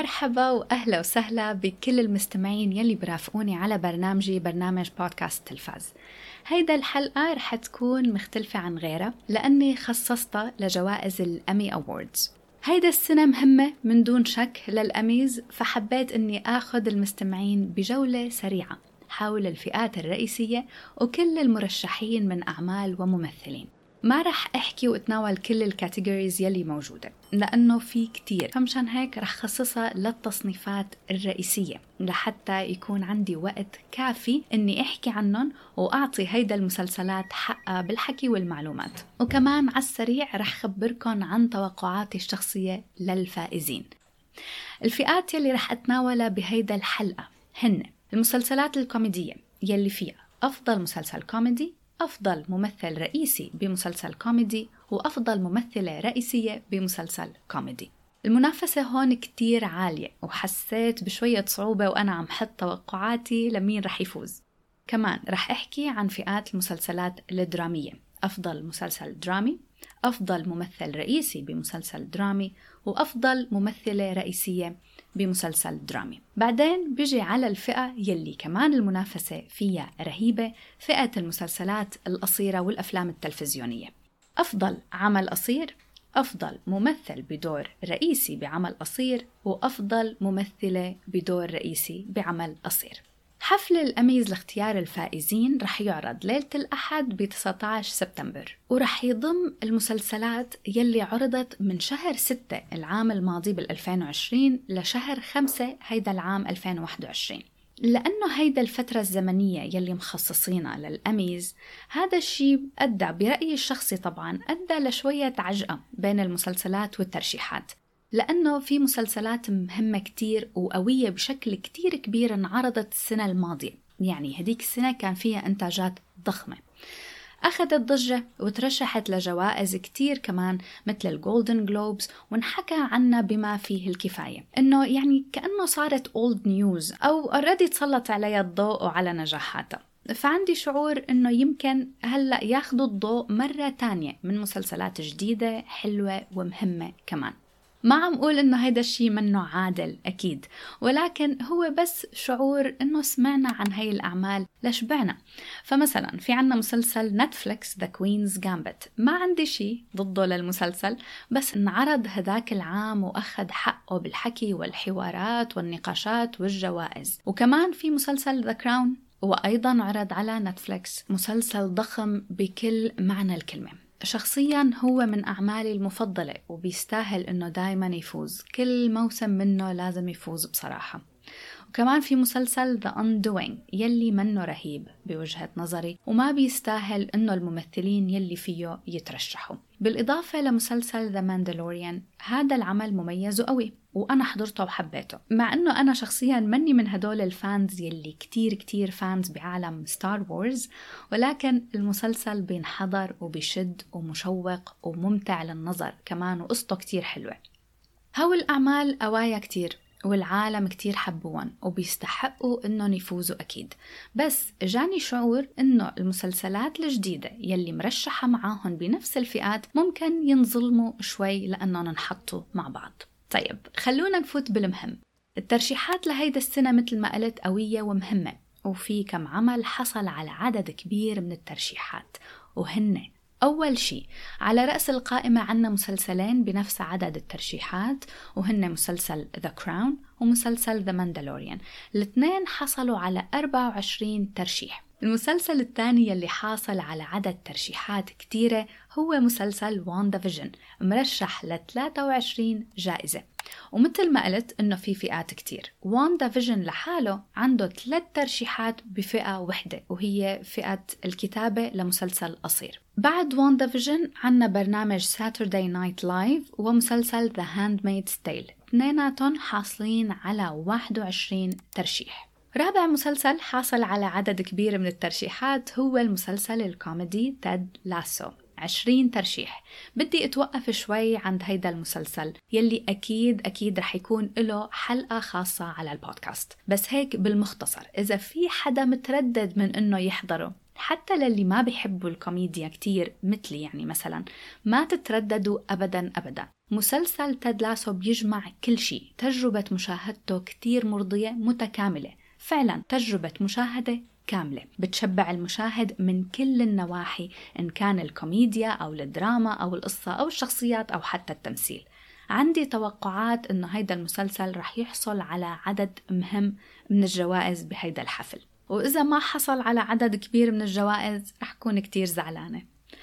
مرحبا وأهلا وسهلا بكل المستمعين يلي برافقوني على برنامج بودكاست تلفاز. هيدا الحلقة رح تكون مختلفة عن غيرها لأني خصصتها لجوائز الأمي أووردز. هيدا السنة مهمة من دون شك للأميز، فحبيت أني أخذ المستمعين بجولة سريعة حول الفئات الرئيسية وكل المرشحين من أعمال وممثلين. ما رح أحكي وأتناول كل الكاتيجوريز يلي موجودة لأنه في كتير، فمشان هيك رح خصصها للتصنيفات الرئيسية لحتى يكون عندي وقت كافي أني أحكي عنهم وأعطي هيدا المسلسلات حقها بالحكي والمعلومات. وكمان على السريع رح خبركن عن توقعاتي الشخصية للفائزين. الفئات يلي رح أتناولها بهيدا الحلقة هن المسلسلات الكوميدية يلي فيها أفضل مسلسل كوميدي، أفضل ممثل رئيسي بمسلسل كوميدي، وأفضل ممثلة رئيسية بمسلسل كوميدي. المنافسة هون كتير عالية وحسيت بشوية صعوبة وأنا عم حط توقعاتي لمين رح يفوز. كمان رح أحكي عن فئات المسلسلات الدرامية، أفضل مسلسل درامي، أفضل ممثل رئيسي بمسلسل درامي، وأفضل ممثلة رئيسية بمسلسل درامي. بعدين بيجي على الفئة يلي كمان المنافسة فيها رهيبة، فئة المسلسلات القصيرة والأفلام التلفزيونية. أفضل عمل قصير، أفضل ممثل بدور رئيسي بعمل قصير، وأفضل ممثلة بدور رئيسي بعمل قصير. حفل الأميز لاختيار الفائزين رح يعرض ليلة الأحد ب 19 سبتمبر، ورح يضم المسلسلات يلي عرضت من شهر 6 العام الماضي بال2020 لشهر 5 هيدا العام 2021. لأنه هيدا الفترة الزمنية يلي مخصصينها للأميز، هذا الشيء أدى برأيي الشخصي طبعاً أدى لشوية عجقة بين المسلسلات والترشيحات، لأنه في مسلسلات مهمة كتير وقوية بشكل كتير كبير انعرضت السنة الماضية، يعني هديك السنة كان فيها إنتاجات ضخمة أخذت ضجة وترشحت لجوائز كتير كمان مثل الجولدن جلوبز، ونحكى عنها بما فيه الكفاية، إنه يعني كأنه صارت old news أو already تسلط عليها الضوء وعلى نجاحاتها. فعندي شعور إنه يمكن هلأ ياخدوا الضوء مرة تانية من مسلسلات جديدة حلوة ومهمة كمان. ما عم أقول إنه هيدا الشيء منه عادل أكيد، ولكن هو بس شعور إنه سمعنا عن هاي الأعمال لشبعنا. فمثلا في عنا مسلسل نتفليكس The Queen's Gambit، ما عندي شيء ضده للمسلسل، بس انعرض هداك العام وأخذ حقه بالحكي والحوارات والنقاشات والجوائز. وكمان في مسلسل The Crown وأيضا عرض على نتفليكس، مسلسل ضخم بكل معنى الكلمة. شخصياً هو من أعمالي المفضلة وبيستاهل إنه دايماً يفوز، كل موسم منه لازم يفوز بصراحة. وكمان في مسلسل The Undoing يلي منه رهيب بوجهة نظري وما بيستاهل إنه الممثلين يلي فيه يترشحوا. بالإضافة لمسلسل The Mandalorian، هذا العمل مميز وقوي وأنا حضرته وحبيته، مع أنه أنا شخصياً مني من هدول الفانز يلي كتير فانز بعالم ستار وورز، ولكن المسلسل بينحضر وبيشد ومشوق وممتع للنظر كمان، وقصته كتير حلوة. هاو الأعمال قوايا كتير والعالم كتير حبوهم وبيستحقوا إنهم يفوزوا أكيد، بس جاني شعور إنه المسلسلات الجديدة يلي مرشحة معاهم بنفس الفئات ممكن ينظلموا شوي لأنهم انحطوا مع بعض. طيب خلونا نفوت بالمهم. الترشيحات لهيدا السنة مثل ما قلت قوية ومهمة، وفي كم عمل حصل على عدد كبير من الترشيحات، وهن أول شيء على رأس القائمة عنا مسلسلين بنفس عدد الترشيحات، وهن مسلسل The Crown ومسلسل The Mandalorian. الاثنين حصلوا على 24 ترشيح. المسلسل الثاني يلي حاصل على عدد ترشيحات كتيرة هو مسلسل WandaVision، مرشح ل 23 جائزة. ومثل ما قلت إنه في فئات كتير، WandaVision لحاله عنده 3 ترشيحات بفئة واحدة، وهي فئة الكتابة لمسلسل قصير. بعد WandaVision عنا برنامج Saturday Night Live ومسلسل The Handmaid's Tale، اثنيناتهم حاصلين على 21 ترشيح. رابع مسلسل حاصل على عدد كبير من الترشيحات هو المسلسل الكوميدي تيد لاسو، 20 ترشيح. بدي اتوقف شوي عند هيدا المسلسل يلي أكيد رح يكون له حلقة خاصة على البودكاست، بس هيك بالمختصر إذا في حدا متردد من إنه يحضره حتى للي ما بيحبوا الكوميديا كتير مثلي يعني مثلا، ما تترددوا أبدا أبدا. مسلسل تيد لاسو بيجمع كل شيء، تجربة مشاهدته كتير مرضية متكاملة، فعلا تجربة مشاهدة كاملة بتشبع المشاهد من كل النواحي، إن كان الكوميديا أو الدراما أو القصة أو الشخصيات أو حتى التمثيل. عندي توقعات إنه هيدا المسلسل رح يحصل على عدد مهم من الجوائز بهيدا الحفل، وإذا ما حصل على عدد كبير من الجوائز رح كون كتير زعلانة.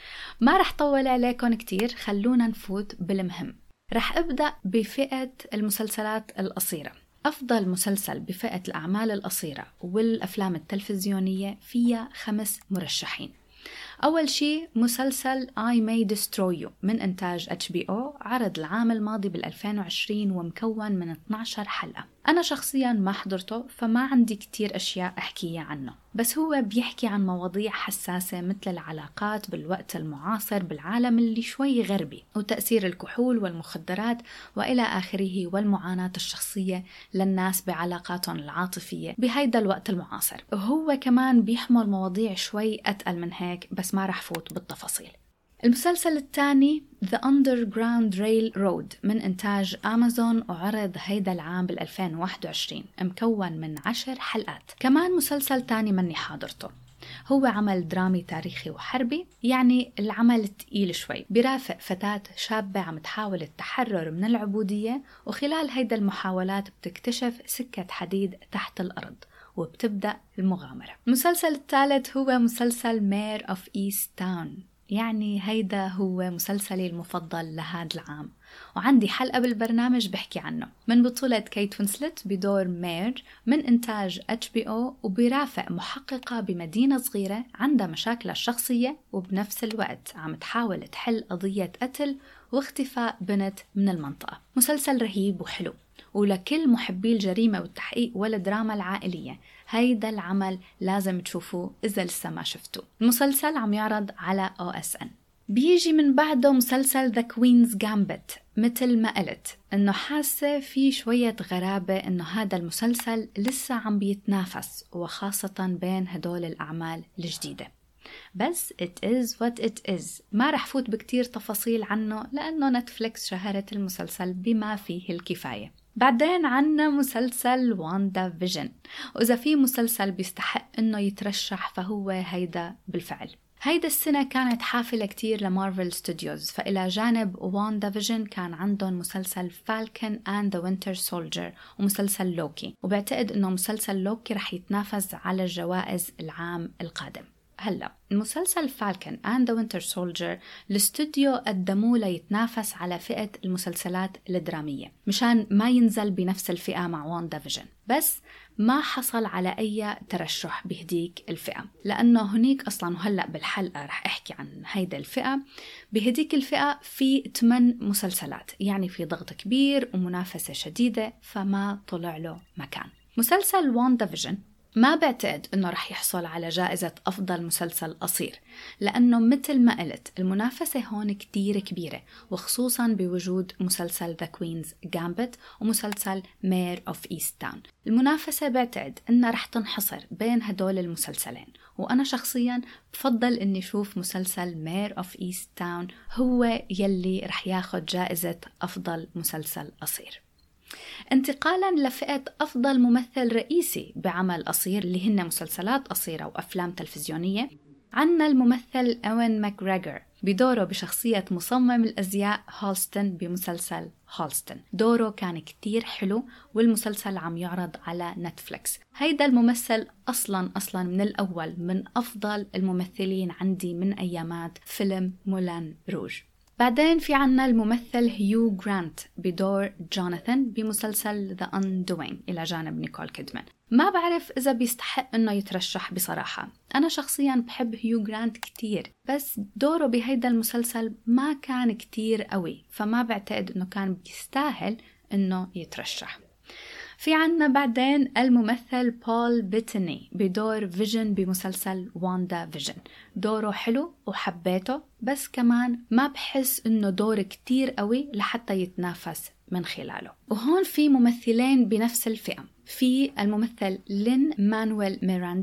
ما رح طول عليكم كتير، خلونا نفوت بالمهم. رح أبدأ بفئة المسلسلات القصيرة. أفضل مسلسل بفئة الأعمال القصيرة والأفلام التلفزيونية فيها 5 مرشحين. أول شيء مسلسل I May Destroy You من إنتاج HBO، عرض العام الماضي بال2020 ومكون من 12 حلقة. أنا شخصياً ما حضرته فما عندي كتير أشياء أحكيها عنه، بس هو بيحكي عن مواضيع حساسة مثل العلاقات بالوقت المعاصر بالعالم اللي شوي غربي، وتأثير الكحول والمخدرات وإلى آخره، والمعاناة الشخصية للناس بعلاقاتهم العاطفية بهيدا الوقت المعاصر. وهو كمان بيحمل مواضيع شوي أتقل من هيك، بس ما رح فوت بالتفاصيل. المسلسل الثاني The Underground Railroad من إنتاج أمازون، وعرض هيدا العام بال2021، مكون من 10 حلقات. كمان مسلسل تاني مني حاضرته، هو عمل درامي تاريخي وحربي، يعني العمل تقيل شوي، برافق فتاة شابة عم تحاول التحرر من العبودية، وخلال هيدا المحاولات بتكتشف سكة حديد تحت الأرض وبتبدأ المغامرة. المسلسل الثالث هو مسلسل مير أوف إيست تاون، يعني هيدا هو مسلسلي المفضل لهذا العام، وعندي حلقة بالبرنامج بحكي عنه، من بطولة كيت وينسلت بدور مير، من إنتاج HBO، وبرافق محققة بمدينة صغيرة عندها مشاكل الشخصية وبنفس الوقت عم تحاول تحل قضية قتل واختفاء بنت من المنطقة. مسلسل رهيب وحلو، ولكل محبي الجريمة والتحقيق والدراما العائلية هيدا العمل لازم تشوفوه إذا لسه ما شفتوه. المسلسل عم يعرض على OSN. بيجي من بعده مسلسل The Queen's Gambit. مثل ما قلت إنه حاسة في شوية غرابة إنه هذا المسلسل لسه عم بيتنافس، وخاصة بين هدول الأعمال الجديدة، بس it is what it is. ما رح فوت بكتير تفاصيل عنه لأنه نتفليكس شهرت المسلسل بما فيه الكفاية. بعدين عنا مسلسل واندا فيجن، وإذا في مسلسل بيستحق إنه يترشح فهو هيدا بالفعل. هيدا السنة كانت حافلة كتير لمارفل ستوديوز، فإلى جانب واندا فيجن كان عندهم مسلسل فالكون and the Winter Soldier ومسلسل لوكي، وبعتقد إنه مسلسل لوكي رح يتنافس على الجوائز العام القادم. هلأ المسلسل فالكون and the Winter Soldier الاستوديو قدموه ليتنافس على فئة المسلسلات الدرامية مشان ما ينزل بنفس الفئة مع واندا فيجن، بس ما حصل على أي ترشح بهديك الفئة، لأنه هنيك أصلاً، وهلأ بالحلقة رح أحكي عن هيدا الفئة. بهديك الفئة في 8 مسلسلات، يعني في ضغط كبير ومنافسة شديدة، فما طلع له مكان. مسلسل واندا فيجن ما بعتقد إنه رح يحصل على جائزة أفضل مسلسل قصير، لأنه مثل ما قلت المنافسة هون كتير كبيرة، وخصوصاً بوجود مسلسل The Queen's Gambit ومسلسل مير أوف إيست تاون. المنافسة بعتقد إنها رح تنحصر بين هدول المسلسلين، وأنا شخصياً بفضل إني أشوف مسلسل مير أوف إيست تاون هو يلي رح ياخد جائزة أفضل مسلسل قصير. انتقالاً لفئة أفضل ممثل رئيسي بعمل قصير، اللي هن مسلسلات قصيرة وأفلام تلفزيونية، عنا الممثل أوين ماكغريغور بدوره بشخصية مصمم الأزياء هولستن بمسلسل هولستن. دوره كان كتير حلو، والمسلسل عم يعرض على نتفليكس. هيدا الممثل أصلاً من الأول من أفضل الممثلين عندي من أيامات فيلم مولان روج. بعدين في عنا الممثل هيو جرانت بدور جوناثان بمسلسل The Undoing إلى جانب نيكول كيدمان. ما بعرف إذا بيستحق إنه يترشح بصراحة، أنا شخصياً بحب هيو جرانت كتير، بس دوره بهيدا المسلسل ما كان كتير قوي، فما بعتقد إنه كان بيستاهل إنه يترشح. في عنا بعدين الممثل بول بيتني بدور فيجن بمسلسل واندا فيجن. دوره حلو وحبيته، بس كمان ما بحس انه دور كتير قوي لحتى يتنافس من خلاله. وهون في ممثلين بنفس الفئة، في الممثل لين مانويل ميراندا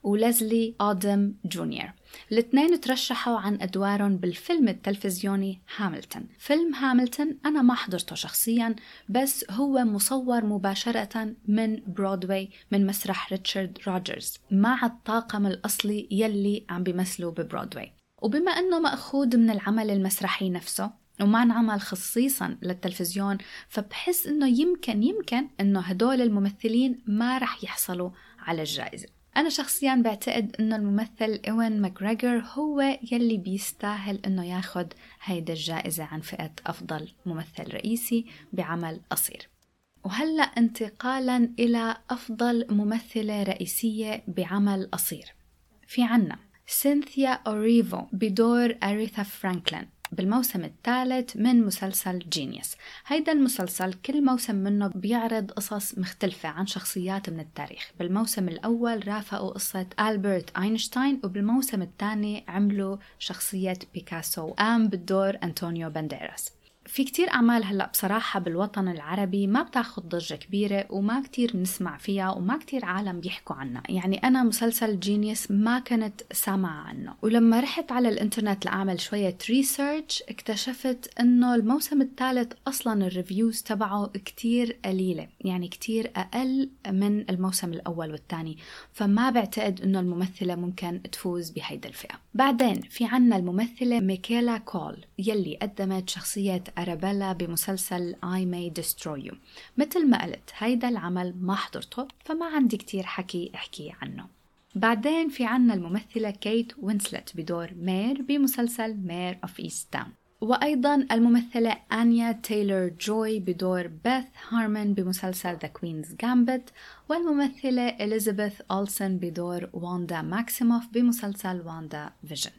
وليزلي أودم جونيور. الاثنين ترشحوا عن أدوارهم بالفيلم التلفزيوني هاملتون. فيلم هاملتون أنا ما حضرته شخصيا، بس هو مصور مباشرة من برودواي من مسرح ريتشارد روجرز مع الطاقم الأصلي يلي عم بيمثلوا ببرودواي. وبما أنه مأخوذ من العمل المسرحي نفسه وما انعمل خصيصا للتلفزيون، فبحس أنه يمكن أنه هدول الممثلين ما رح يحصلوا على الجائزة. أنا شخصياً بعتقد أنه الممثل إيوان ماكغريغور هو يلي بيستاهل أنه ياخد هيدا الجائزة عن فئة أفضل ممثل رئيسي بعمل قصير. وهلأ انتقالاً إلى أفضل ممثلة رئيسية بعمل قصير، في عنا سينثيا أوريفو بدور أريثا فرانكلين بالموسم الثالث من مسلسل جينيوس. هيدا المسلسل كل موسم منه بيعرض قصص مختلفة عن شخصيات من التاريخ. بالموسم الأول رافقوا قصة ألبرت أينشتاين، وبالموسم الثاني عملوا شخصية بيكاسو قام بالدور أنطونيو بانديراس. في كتير أعمال هلأ بصراحة بالوطن العربي ما بتاخد ضجة كبيرة وما كتير نسمع فيها وما كتير عالم بيحكوا عنها. يعني أنا مسلسل جينيوس ما كنت سامعة عنه، ولما رحت على الانترنت لأعمل شوية ريسيرش اكتشفت أنه الموسم الثالث أصلا الريفيوز تبعه كتير قليلة، يعني كتير أقل من الموسم الأول والثاني، فما بعتقد أنه الممثلة ممكن تفوز بهيدا الفئة. بعدين في عنا الممثلة ميكيلا كول يلي قدمت شخصية أرابيلا بمسلسل I May Destroy You. مثل ما قلت هيدا العمل ما حضرته فما عندي كتير حكي أحكي عنه. بعدين في عنا الممثلة كيت وينسلت بدور مير بمسلسل مير أوف إيست تاون، وأيضا الممثلة آنيا تايلور جوي بدور بيث هارمون بمسلسل The Queen's Gambit، والممثلة إليزابيث أولسن بدور واندا ماكسيموف بمسلسل واندا فيجن.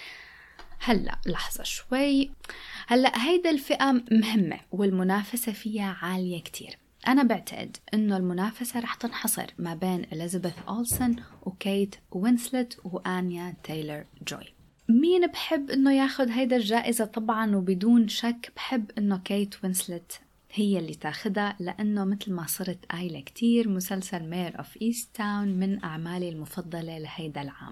هلأ لحظة شوي، هلأ هيدا الفئة مهمة والمنافسة فيها عالية كتير. أنا بعتقد إنه المنافسة رح تنحصر ما بين إليزابيث أولسن وكيت وينسلت وآنيا تايلور جوي. مين بحب إنه ياخد هيدا الجائزة؟ طبعاً وبدون شك بحب إنه كيت وينسلت هي اللي تاخدها، لأنه مثل ما صرت قايلة كتير مسلسل مير أوف إيست تاون من أعمالي المفضلة لهيدا العام.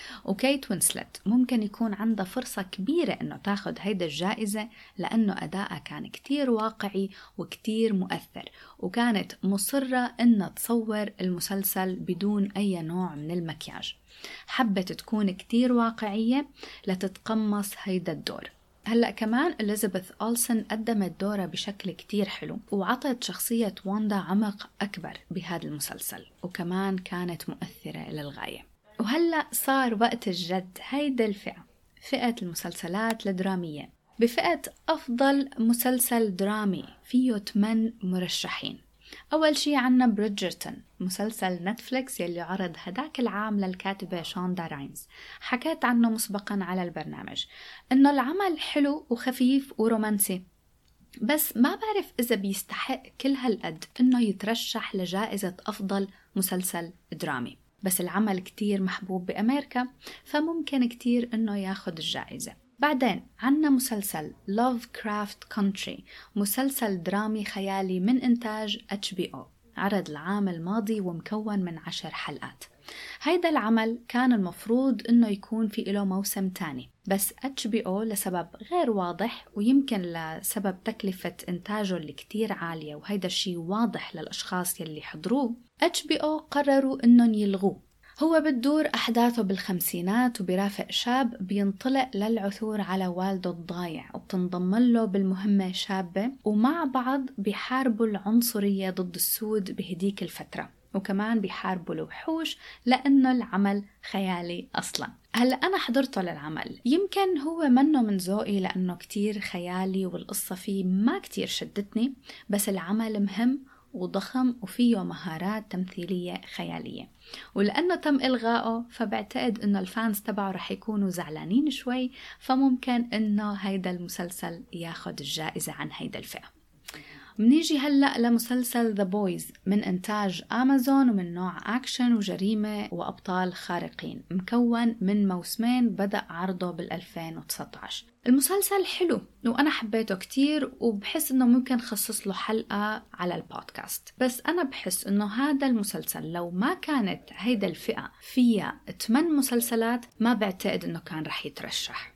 وكيت وينسلت ممكن يكون عندها فرصة كبيرة إنه تاخد هيدا الجائزة لأنه أداءها كان كتير واقعي وكتير مؤثر، وكانت مصرة إنها تصور المسلسل بدون أي نوع من المكياج. حبت تكون كتير واقعية لتتقمص هيدا الدور. هلأ كمان إليزابيث أولسن قدمت دورها بشكل كتير حلو وعطت شخصية واندا عمق أكبر بهذا المسلسل، وكمان كانت مؤثرة للغاية. وهلأ صار وقت الجد. هيدا الفئة، فئة المسلسلات الدرامية. بفئة أفضل مسلسل درامي فيه 8 مرشحين. أول شي عنا بريدجرتون، مسلسل نتفليكس يلي عرض هداك العام للكاتبة شوندا رايمز. حكيت عنه مسبقا على البرنامج إنه العمل حلو وخفيف ورومانسي، بس ما بعرف إذا بيستحق كل هالقد إنه يترشح لجائزة أفضل مسلسل درامي. بس العمل كتير محبوب بأمريكا فممكن كتير إنه ياخد الجائزة. بعدين عنا مسلسل Lovecraft Country، مسلسل درامي خيالي من إنتاج HBO، عرض العام الماضي ومكون من 10 حلقات. هيدا العمل كان المفروض إنه يكون في له موسم تاني، بس HBO لسبب غير واضح ويمكن لسبب تكلفة إنتاجه اللي كتير عالية، وهيدا الشيء واضح للأشخاص يلي حضروه، HBO قرروا إنهم يلغوه. هو بتدور أحداثه بالخمسينات وبرافق شاب بينطلق للعثور على والده الضايع، وبتنضم له بالمهمة شابة، ومع بعض بيحاربوا العنصرية ضد السود بهديك الفترة، وكمان بيحاربوا الوحوش لأنه العمل خيالي أصلاً. هلأ أنا حضرته للعمل، يمكن هو منه من ذوقي لأنه كتير خيالي والقصة فيه ما كتير شدتني، بس العمل مهم وضخم وفيه مهارات تمثيلية خيالية، ولأنه تم إلغائه فبعتقد أنه الفانز تبعه رح يكونوا زعلانين شوي، فممكن أنه هيدا المسلسل ياخد الجائزة عن هيدا الفئة. بنيجي هلأ لمسلسل The Boys من إنتاج أمازون ومن نوع أكشن وجريمة وأبطال خارقين، مكون من موسمين بدأ عرضه بال2019. المسلسل حلو وأنا حبيته كتير، وبحس إنه ممكن خصص له حلقة على البودكاست. بس أنا بحس إنه هذا المسلسل لو ما كانت هيدا الفئة فيها 8 مسلسلات ما بعتقد إنه كان رح يترشح.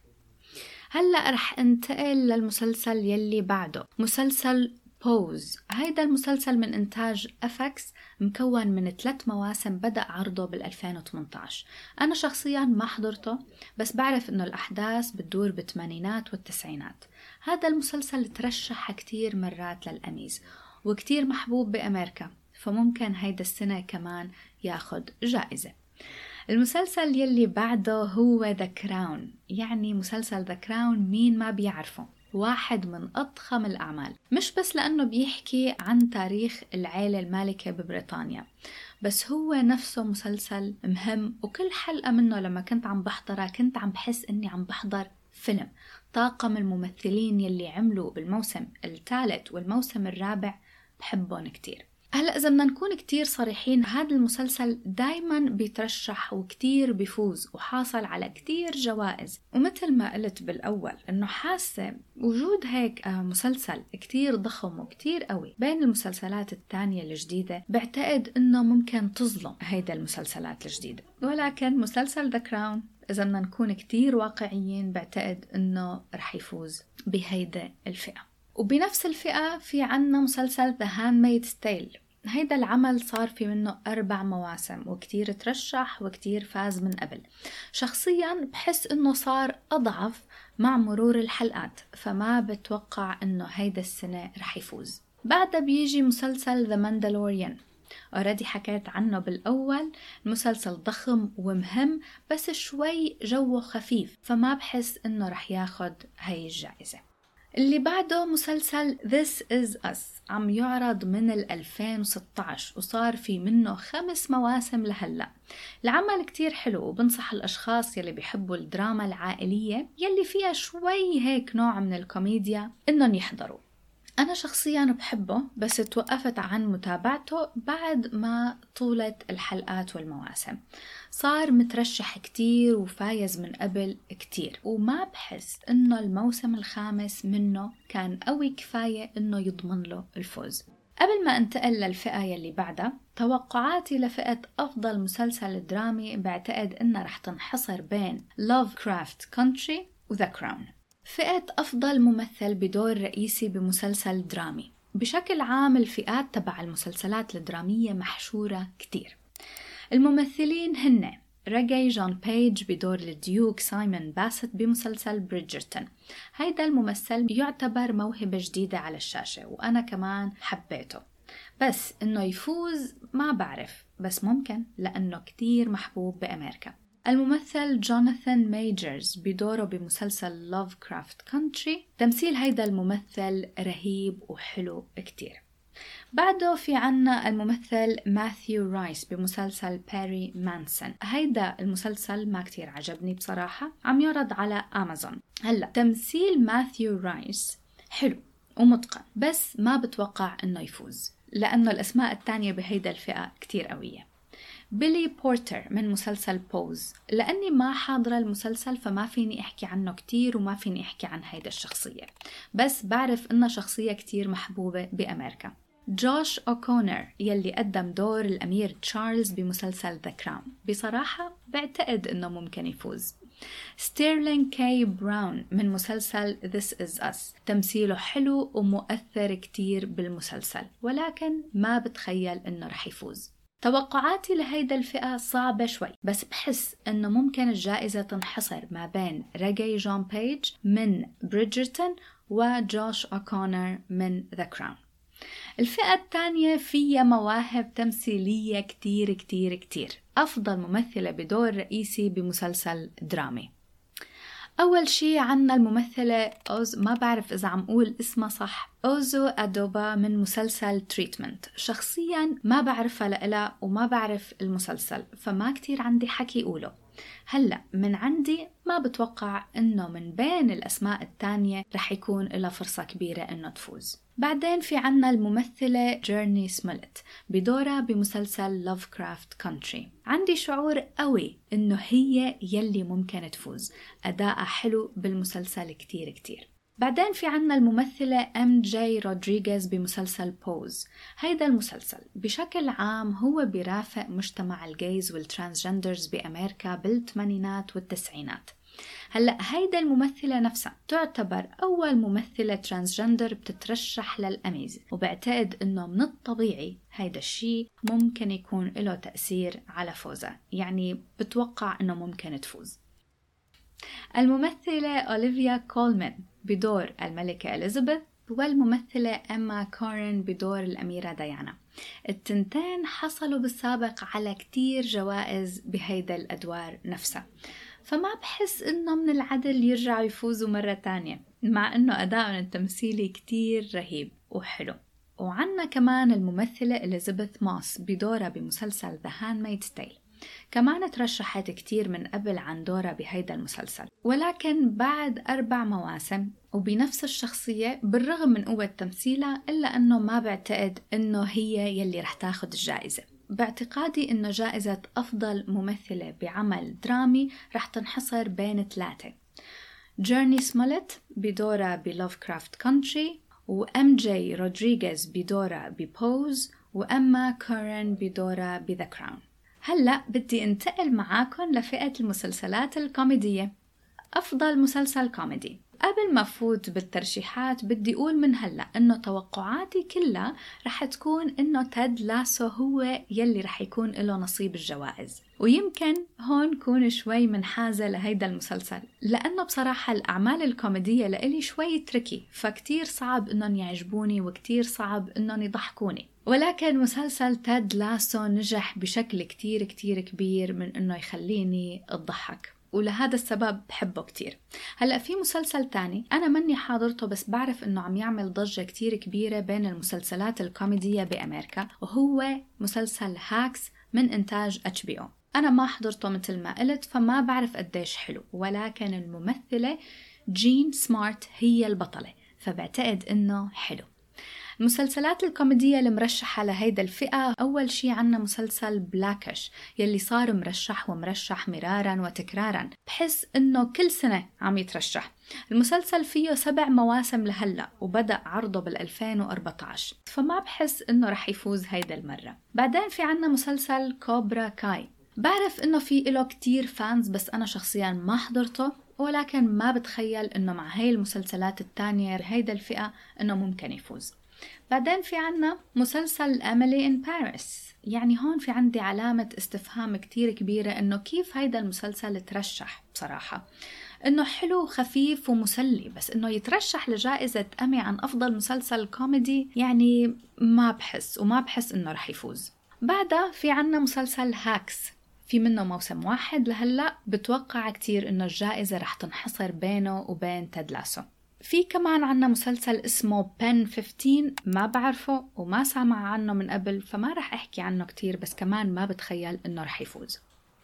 هلأ رح انتقل للمسلسل يلي بعده، مسلسل بوز. هيدا المسلسل من إنتاج أفاكس، مكون من 3 مواسم بدأ عرضه بال2018. أنا شخصياً ما حضرته، بس بعرف إنه الأحداث بتدور بالثمانينات والتسعينات. هذا المسلسل ترشح كتير مرات للأميز وكتير محبوب بأمريكا، فممكن هيدا السنة كمان ياخد جائزة. المسلسل يلي بعده هو The Crown. يعني مسلسل The Crown مين ما بيعرفه، واحد من أضخم الأعمال، مش بس لأنه بيحكي عن تاريخ العائلة المالكة ببريطانيا، بس هو نفسه مسلسل مهم. وكل حلقة منه لما كنت عم بحضرها كنت عم بحس إني عم بحضر فيلم. طاقم الممثلين يلي عملوا بالموسم الثالث والموسم الرابع بحبهم كتير. هلأ إذا بدنا نكون كتير صريحين، هذا المسلسل دايما بيترشح وكتير بيفوز وحاصل على كتير جوائز. ومثل ما قلت بالأول إنه حاسة وجود هيك مسلسل كتير ضخم وكتير قوي بين المسلسلات الثانية الجديدة، بعتقد إنه ممكن تظلم هيدا المسلسلات الجديدة. ولكن مسلسل The Crown إذا بدنا نكون كتير واقعيين بعتقد إنه رح يفوز بهيدا الفئة. وبنفس الفئة في عنا مسلسل The Handmaid's Tale. هيدا العمل صار في منه 4 مواسم وكتير ترشح وكتير فاز من قبل. شخصياً بحس إنه صار أضعف مع مرور الحلقات، فما بتوقع إنه هيدا السنة رح يفوز. بعدها بيجي مسلسل The Mandalorian. أوريدي حكيت عنه بالأول، المسلسل ضخم ومهم بس شوي جوه خفيف، فما بحس إنه رح ياخد هاي الجائزة. اللي بعده مسلسل This Is Us، عم يعرض من 2016 وصار في منه 5 مواسم لهلأ. العمل كتير حلو وبنصح الأشخاص يلي بيحبوا الدراما العائلية يلي فيها شوي هيك نوع من الكوميديا إنهم يحضروا. أنا شخصياً بحبه، بس توقفت عن متابعته بعد ما طولت الحلقات والمواسم. صار مترشح كتير وفايز من قبل كتير، وما بحس إنه الموسم الخامس منه كان قوي كفاية إنه يضمن له الفوز. قبل ما انتقل للفئة يلي بعدها، توقعاتي لفئة أفضل مسلسل درامي بعتقد إنها رح تنحصر بين Lovecraft Country و The Crown. فئة أفضل ممثل بدور رئيسي بمسلسل درامي. بشكل عام الفئات تبع المسلسلات الدرامية محشورة كتير. الممثلين هن ريجي جون بيج بدور الديوك سايمون باسيت بمسلسل بريدجرتون. هيدا الممثل يعتبر موهبة جديدة على الشاشة وأنا كمان حبيته، بس إنه يفوز ما بعرف، بس ممكن لأنه كتير محبوب بأمريكا. الممثل جوناثان ميجرز بدوره بمسلسل Lovecraft Country. تمثيل هيدا الممثل رهيب وحلو كتير. بعده في عنا الممثل ماثيو رايس بمسلسل باري مانسون. هيدا المسلسل ما كتير عجبني بصراحة، عم يعرض على أمازون. هلأ تمثيل ماثيو رايس حلو ومتقن، بس ما بتوقع إنه يفوز لأنه الأسماء التانية بهيدا الفئة كتير قوية. بيلي بورتر من مسلسل بوز، لأني ما حاضرة المسلسل فما فيني أحكي عنه كتير وما فيني أحكي عن هيدا الشخصية، بس بعرف إنه شخصية كتير محبوبة بأمريكا. جوش أوكونر يلي قدم دور الأمير تشارلز بمسلسل The Crown، بصراحة بعتقد إنه ممكن يفوز. ستيرلين كاي براون من مسلسل This Is Us، تمثيله حلو ومؤثر كتير بالمسلسل، ولكن ما بتخيل إنه رح يفوز. توقعاتي لهيدا الفئة صعبة شوي، بس بحس إنه ممكن الجائزة تنحصر ما بين ريجي جون بيج من بريدجرتون وجوش أوكونر من The Crown. الفئة الثانية فيها مواهب تمثيلية كتير كتير كتير. أفضل ممثلة بدور رئيسي بمسلسل درامي. أول شي عنا الممثلة ما بعرف إذا عم أقول اسمها صح، أوزو أدوبا من مسلسل تريتمنت. شخصياً ما بعرفها لإلها وما بعرف المسلسل، فما كتير عندي حكي أقوله، هلأ من عندي ما بتوقع إنه من بين الأسماء التانية رح يكون لها فرصة كبيرة إنه تفوز. بعدين في عنا الممثلة جيرني سموليت بدورها بمسلسل لافكرافت كونتري. عندي شعور قوي إنه هي يلي ممكن تفوز، أداءها حلو بالمسلسل كتير كتير. بعدين في عنا الممثلة MJ رودريغيز بمسلسل بوز. هيدا المسلسل بشكل عام هو بيرافق مجتمع الجيز والترانسجندرز بأمريكا بالثمانينات والتسعينات. هلأ هيدا الممثلة نفسها تعتبر أول ممثلة ترانسجندر بتترشح للأميز، وبعتقد إنه من الطبيعي هيدا الشيء ممكن يكون له تأثير على فوزها، يعني بتوقع إنه ممكن تفوز. الممثلة أوليفيا كولمان بدور الملكة إليزابيث، والممثلة إما كورين بدور الأميرة ديانا. التنتين حصلوا بالسابق على كتير جوائز بهيدا الأدوار نفسها، فما بحس إنه من العدل يرجعوا يفوزوا مرة تانية، مع إنه أداءهم التمثيلي كتير رهيب وحلو. وعنا كمان الممثلة إليزابيث موس بدورها بمسلسل The Handmaid's Tale، كمان ترشحت كتير من قبل عن دورها بهيدا المسلسل، ولكن بعد 4 مواسم وبنفس الشخصية بالرغم من قوة تمثيلها إلا أنه ما بعتقد أنه هي يلي رح تاخد الجائزة. باعتقادي أنه جائزة أفضل ممثلة بعمل درامي رح تنحصر بين 3: جيرني سموليت بدورها بلوفكرافت كونتري، وMJ رودريغيز بدورها ببوز، وأما كورين بدورها بذا كراون. هلأ بدي انتقل معاكم لفئة المسلسلات الكوميدية. أفضل مسلسل كوميدي. قبل ما فوت بالترشيحات بدي أقول من هلأ إنه توقعاتي كلها رح تكون إنه تيد لاسو هو يلي رح يكون له نصيب الجوائز، ويمكن هون كون شوي منحازة لهيدا المسلسل لأنه بصراحة الأعمال الكوميدية لإلي شوي تركي، فكتير صعب إنهم يعجبوني وكتير صعب إنهم يضحكوني. ولكن مسلسل تيد لاسو نجح بشكل كتير كتير كبير من إنه يخليني أضحك، ولهذا السبب بحبه كتير. هلأ في مسلسل تاني أنا مني حاضرته بس بعرف إنه عم يعمل ضجة كتير كبيرة بين المسلسلات الكوميدية بأمريكا، وهو مسلسل هاكس من إنتاج HBO. أنا ما حضرته مثل ما قلت فما بعرف قديش حلو، ولكن الممثلة جين سمارت هي البطلة، فبعتقد إنه حلو. المسلسلات الكوميدية المرشحة لهيدا الفئة، أول شي عنا مسلسل بلاكش يلي صار مرشح ومرشح مرارا وتكرارا، بحس إنه كل سنة عم يترشح. المسلسل فيه 7 مواسم لهلأ وبدأ عرضه بال2014، فما بحس إنه رح يفوز هيدا المرة. بعدين في عنا مسلسل كوبرا كاي. بعرف إنه في إله كتير فانز بس أنا شخصيا ما حضرته، ولكن ما بتخيل إنه مع هاي المسلسلات التانية هيدا الفئة إنه ممكن يفوز. بعدين في عنا مسلسل أميلي إن باريس. يعني هون في عندي علامة استفهام كتير كبيرة إنه كيف هيدا المسلسل ترشح. بصراحة إنه حلو وخفيف ومسلي، بس إنه يترشح لجائزة أمي عن أفضل مسلسل كوميدي يعني ما بحس إنه رح يفوز. بعدها في عنا مسلسل هاكس، في منه موسم 1 لهلأ، بتوقع كتير إنه الجائزة رح تنحصر بينه وبين تيد لاسو. في كمان عنا مسلسل اسمه بن 15، ما بعرفه وما سامع عنه من قبل فما رح أحكي عنه كتير، بس كمان ما بتخيل إنه رح يفوز.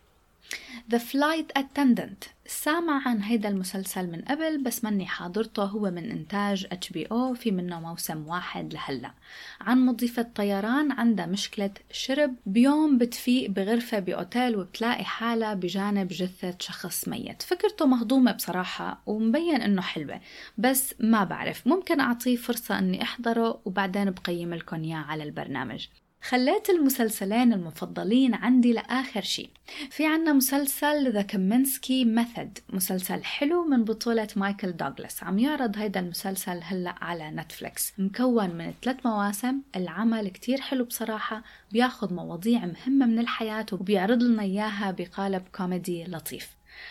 The Flight Attendant، سامع عن هيدا المسلسل من قبل بس مني حاضرته. هو من إنتاج HBO، في منه موسم 1 لهلأ، عن مضيفة طيران عندها مشكلة شرب، بيوم بتفيق بغرفة بأوتيل وبتلاقي حالة بجانب جثة شخص ميت. فكرته مهضومة بصراحة ومبين إنه حلوة، بس ما بعرف، ممكن أعطيه فرصة إني أحضره وبعدين بقيم لكم إياه على البرنامج. خليت المسلسلين المفضلين عندي لآخر شيء. في عنا مسلسل The Kominsky Method، مسلسل حلو من بطولة مايكل دوغلاس، عم يعرض هيدا المسلسل هلأ على نتفليكس، مكون من 3 مواسم. العمل كتير حلو بصراحة، بياخد مواضيع مهمة من الحياة وبيعرض لنا إياها بقالب كوميدي لطيف.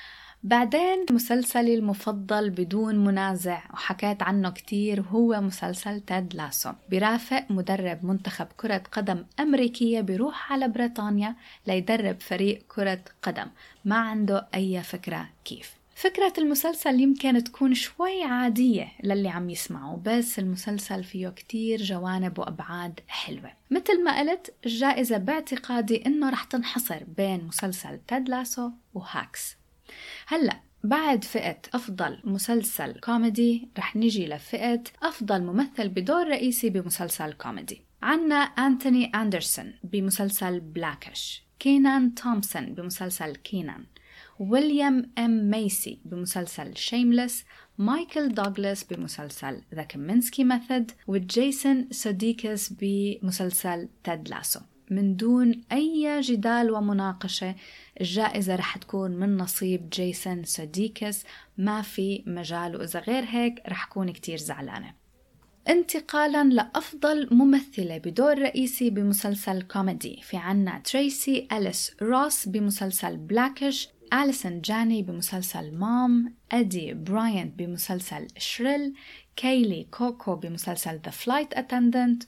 بعدين مسلسلي المفضل بدون منازع وحكيت عنه كتير هو مسلسل تيد لاسو. برافق مدرب منتخب كرة قدم أمريكية بيروح على بريطانيا ليدرب فريق كرة قدم، ما عنده أي فكرة كيف. فكرة المسلسل يمكن تكون شوي عادية للي عم يسمعوا، بس المسلسل فيه كتير جوانب وأبعاد حلوة. مثل ما قلت، الجائزة باعتقادي إنه رح تنحصر بين مسلسل تيد لاسو وهاكس. هلأ بعد فئة أفضل مسلسل كوميدي رح نجي لفئة أفضل ممثل بدور رئيسي بمسلسل كوميدي. عنا أنتوني أندرسون بمسلسل بلاكش، كينان تومسون بمسلسل كينان، ويليام إم ميسي بمسلسل شيملس، مايكل دوغلاس بمسلسل ذا كيمينسكي ميثود، وجيسون سوديكس بمسلسل تيد لاسو. من دون أي جدال ومناقشة الجائزة رح تكون من نصيب جيسون سوديكس، ما في مجال، وإذا غير هيك رح كون كتير زعلانة. انتقالا لأفضل ممثلة بدور رئيسي بمسلسل كوميدي، في عنا تريسي أليس روس بمسلسل بلاكش، أليسون جاني بمسلسل مام، أدي براينت بمسلسل شريل، كايلي كوكو بمسلسل The Flight Attendant،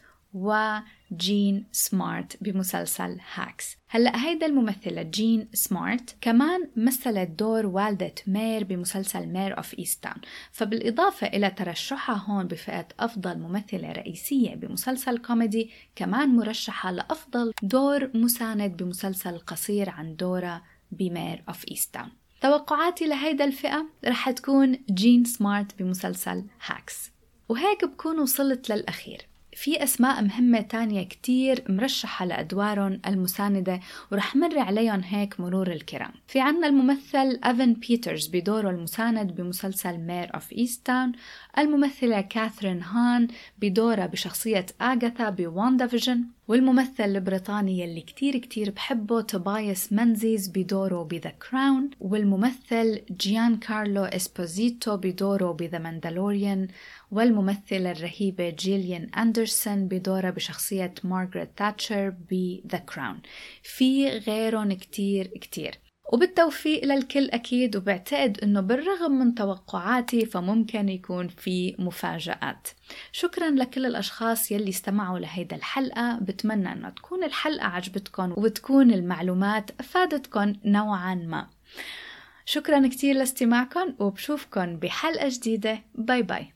وجين سمارت بمسلسل هاكس. هلأ هيدا الممثلة جين سمارت كمان مثلت دور والدة مير بمسلسل مير أوف إيستاون، فبالإضافة إلى ترشحها هون بفئة أفضل ممثلة رئيسية بمسلسل كوميدي، كمان مرشحة لأفضل دور مساند بمسلسل قصير عن دورة بمير أوف إيستاون. توقعاتي لهيدا الفئة رح تكون جين سمارت بمسلسل هاكس. وهيك بكون وصلت للأخير. في أسماء مهمة تانية كتير مرشحة لأدوارهم المساندة، ورح مر عليهم هيك مرور الكرام. في عنا الممثل إيفان بيترز بدوره المساند بمسلسل مير أوف إيستاون، الممثلة كاثرين هان بدورها بشخصية آغاثا بواندا فيجن، والممثل البريطاني اللي كتير بحبه توبايس منزيز بدوره بذا كراون، والممثل جيان كارلو إسبوزيتو بدوره بذا ماندالوريان، والممثلة الرهيبة جيليان أندرسون بدورها بشخصية مارغريت تاتشر بذا كراون. في غيرهم كتير. وبالتوفيق للكل أكيد، وبعتقد أنه بالرغم من توقعاتي فممكن يكون في مفاجآت. شكرا لكل الأشخاص يلي استمعوا لهيدا الحلقة، بتمنى أنه تكون الحلقة عجبتكم وبتكون المعلومات أفادتكم نوعا ما. شكرا كتير لاستماعكم، وبشوفكم بحلقة جديدة. باي باي.